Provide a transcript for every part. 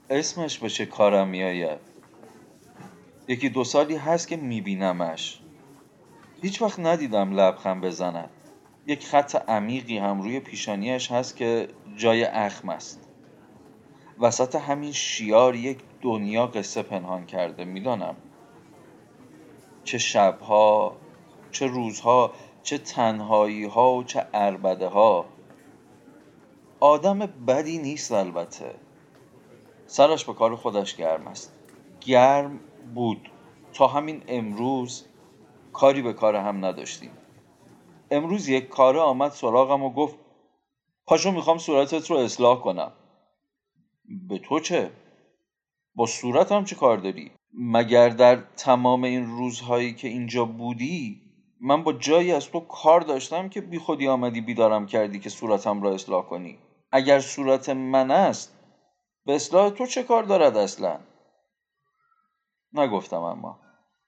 اسمش به چه کارم میآید؟ یکی دو سالی هست که میبینمش. هیچ وقت ندیدم لبخند بزند. یک خط عمیقی هم روی پیشانیش هست که جای اخم است. وسط همین شیار یک دنیا قصه پنهان کرده. میدانم چه شبها، چه روزها، چه تنهایی ها و چه عربده ها. آدم بدی نیست البته. سرش به کار خودش گرم است. گرم بود تا همین امروز. کاری به کار هم نداشتیم. امروز یک کاره آمد سراغم و گفت پاشو میخوام صورتت رو اصلاح کنم. به تو چه؟ با صورتم چه کار داری؟ مگر در تمام این روزهایی که اینجا بودی من با جایی از تو کار داشتم که بی خودی آمدی بیدارم کردی که صورتم را اصلاح کنی؟ اگر صورت من است به اصلاح تو چه کار دارد اصلا؟ نگفتم اما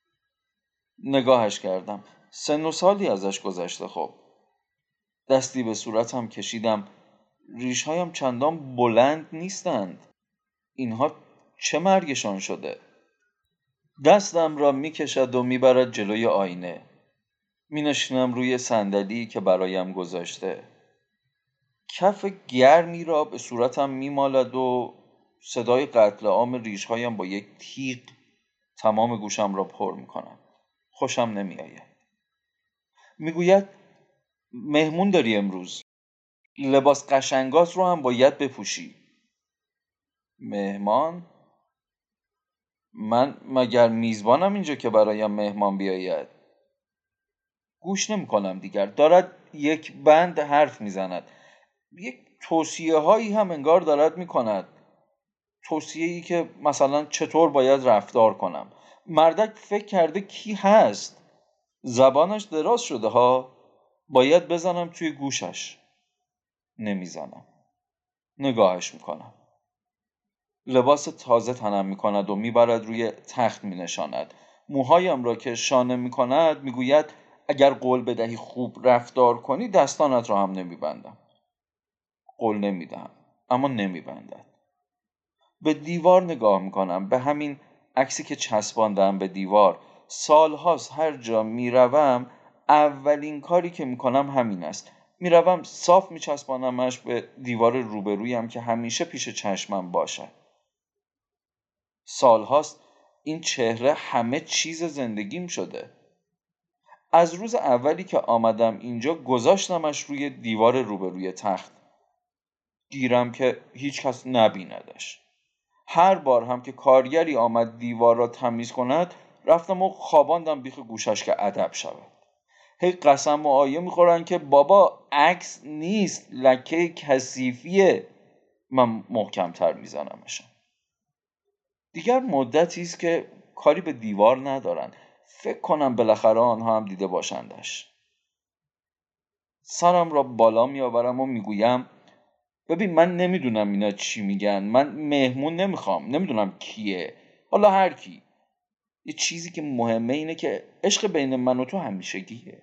نگاهش کردم. سن و سالی ازش گذشته. خب دستی به صورتم کشیدم. ریشهایم چندان بلند نیستند. اینها چه مرگشان شده؟ دستم را میکشد و میبرد جلوی آینه. مینشینم روی صندلی که برایم گذاشته. کف گرمی را به صورتم میمالد و صدای قتل عام ریشهایم با یک تیغ تمام گوشم را پر میکند. خوشم نمیآید. میگوید مهمون داری امروز. لباس قشنگات رو هم باید بپوشی. مهمان؟ من مگر میزبانم اینجا که برایم مهمان بیاید؟ گوش نمی کنم دیگر. دارد یک بند حرف میزند. یک توصیه هایی هم انگار دارد میکند. توصیه‌ای که مثلا چطور باید رفتار کنم. مردک فکر کرده کی هست؟ زبانش دراز شده ها. باید بزنم توی گوشش. نمیزنم. نگاهش میکنم. لباس تازه تنم میکند و میبرد روی تخت مینشاند. موهایم را که شانه میکند میگوید اگر قول بدهی خوب رفتار کنی دستانت را هم نمیبندم. قول نمیدهم اما نمیبندد. به دیوار نگاه میکنم. به همین عکسی که چسباندم به دیوار. سالهاست هر جا میروم اولین کاری که میکنم همین است. میروم صاف میچسبانمش به دیوار روبرویم که همیشه پیش چشمم باشد. سالهاست این چهره همه چیز زندگیم شده. از روز اولی که آمدم اینجا گذاشتمش روی دیوار روبروی تخت. گیرم که هیچ کس نبیندش. هر بار هم که کارگری آمد دیوار را تمیز کند رفتم و خواباندم بیخ گوشش که ادب شود. هی قسم و آیه میخورن که بابا عکس نیست لکه کثیفیه. من محکمتر میزنمشم. دیگر مدتی است که کاری به دیوار ندارن. فکر کنم بالاخره آنها هم دیده باشندش. سرم را بالا میآورم و میگویم ببین من نمیدونم اینا چی میگن. من مهمون نمیخوام. نمیدونم کیه. حالا هر کی. یه چیزی که مهمه اینه که عشق بین من و تو همیشگیه.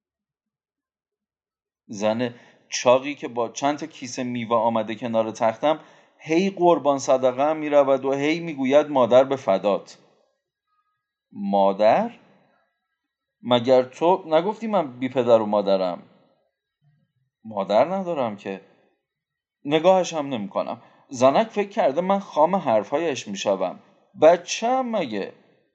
زن چاقی که با چند تا کیسه میوه آمده کنار تختم هی قربان صدقه هم میرود و هی میگوید مادر به فدات. مادر؟ مگر تو نگفتی من بی پدر و مادرم؟ مادر ندارم که. نگاهش هم نمی کنم. زنک فکر کرده من خام حرفهایش می شوم. بچه هم مگه؟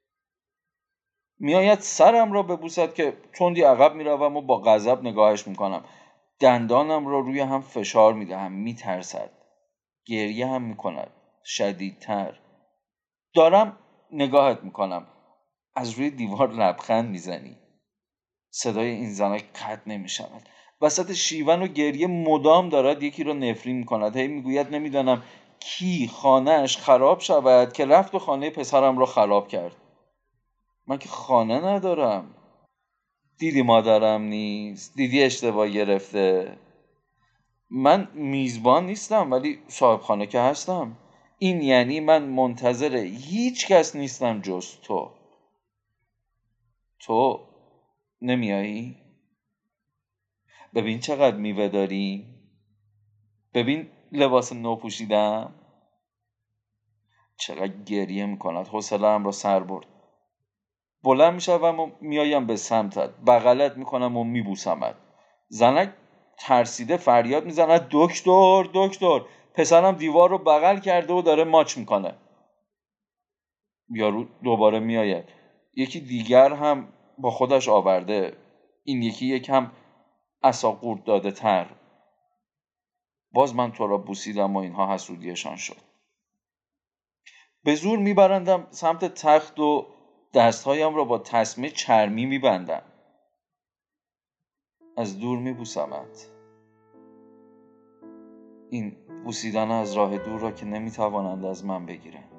میآید سرم را ببوسد که تندی عقب می روم و با غضب نگاهش می کنم. دندانم را روی هم فشار می دهم. می ترسد. گریه هم می کند. شدیدتر. دارم نگاهت می کنم. از روی دیوار لبخند می زنی. صدای این زنک قطع نمی شود. وسط شیون و گریه مدام دارد یکی را نفرین می کند. هی می گوید نمیدانم کی خانه‌اش خراب شود که رفت و خانه پسرم را خراب کرد. من که خانه ندارم. دیدی مادرم نیست. دیدی اشتباه گرفته. من میزبان نیستم ولی صاحب خانه که هستم. این یعنی من منتظر هیچ کس نیستم جز تو. تو نمیایی؟ ببین چقدر میوه داریم. ببین لباس نو پوشیدم. چقدر گریه میکند. حوصله‌ام را سر برد. بلند میشوم و میایم به سمتت، بغلت میکنم و میبوسمت. زنک ترسیده فریاد میزند دکتر دکتر. پسرم دیوار رو بغل کرده و داره ماچ میکنه. یارو دوباره میآید. یکی دیگر هم با خودش آورده. این یکی یکم عصا قورت داده تر. باز من تو را بوسیدم و اینها حسودیشان شد. به زور میبرندم سمت تخت و دستهایم را با تسمه چرمی میبندم. از دور میبوسمت. این بوسیدن از راه دور را که نمیتوانند از من بگیرند.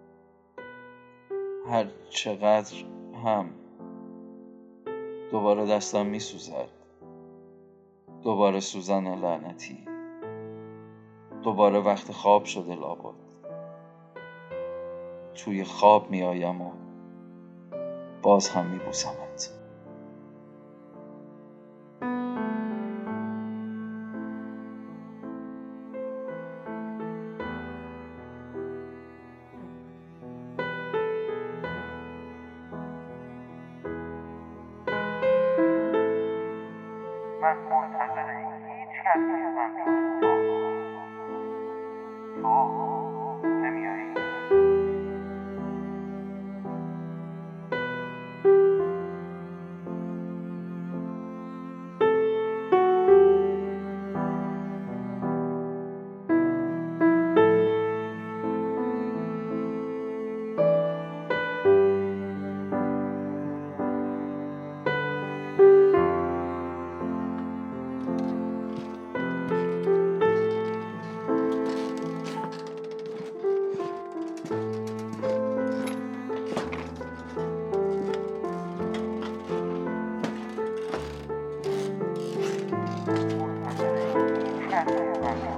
هر چقدر هم دوباره دستم میسوزد. دوباره سوزن لعنتی. دوباره وقت خواب شده لابد. توی خواب میآیم و باز هم میبوسمت. من منتظر هیچ کس نیستم جز تو نمیایی. منتظر هیچ کس نیستم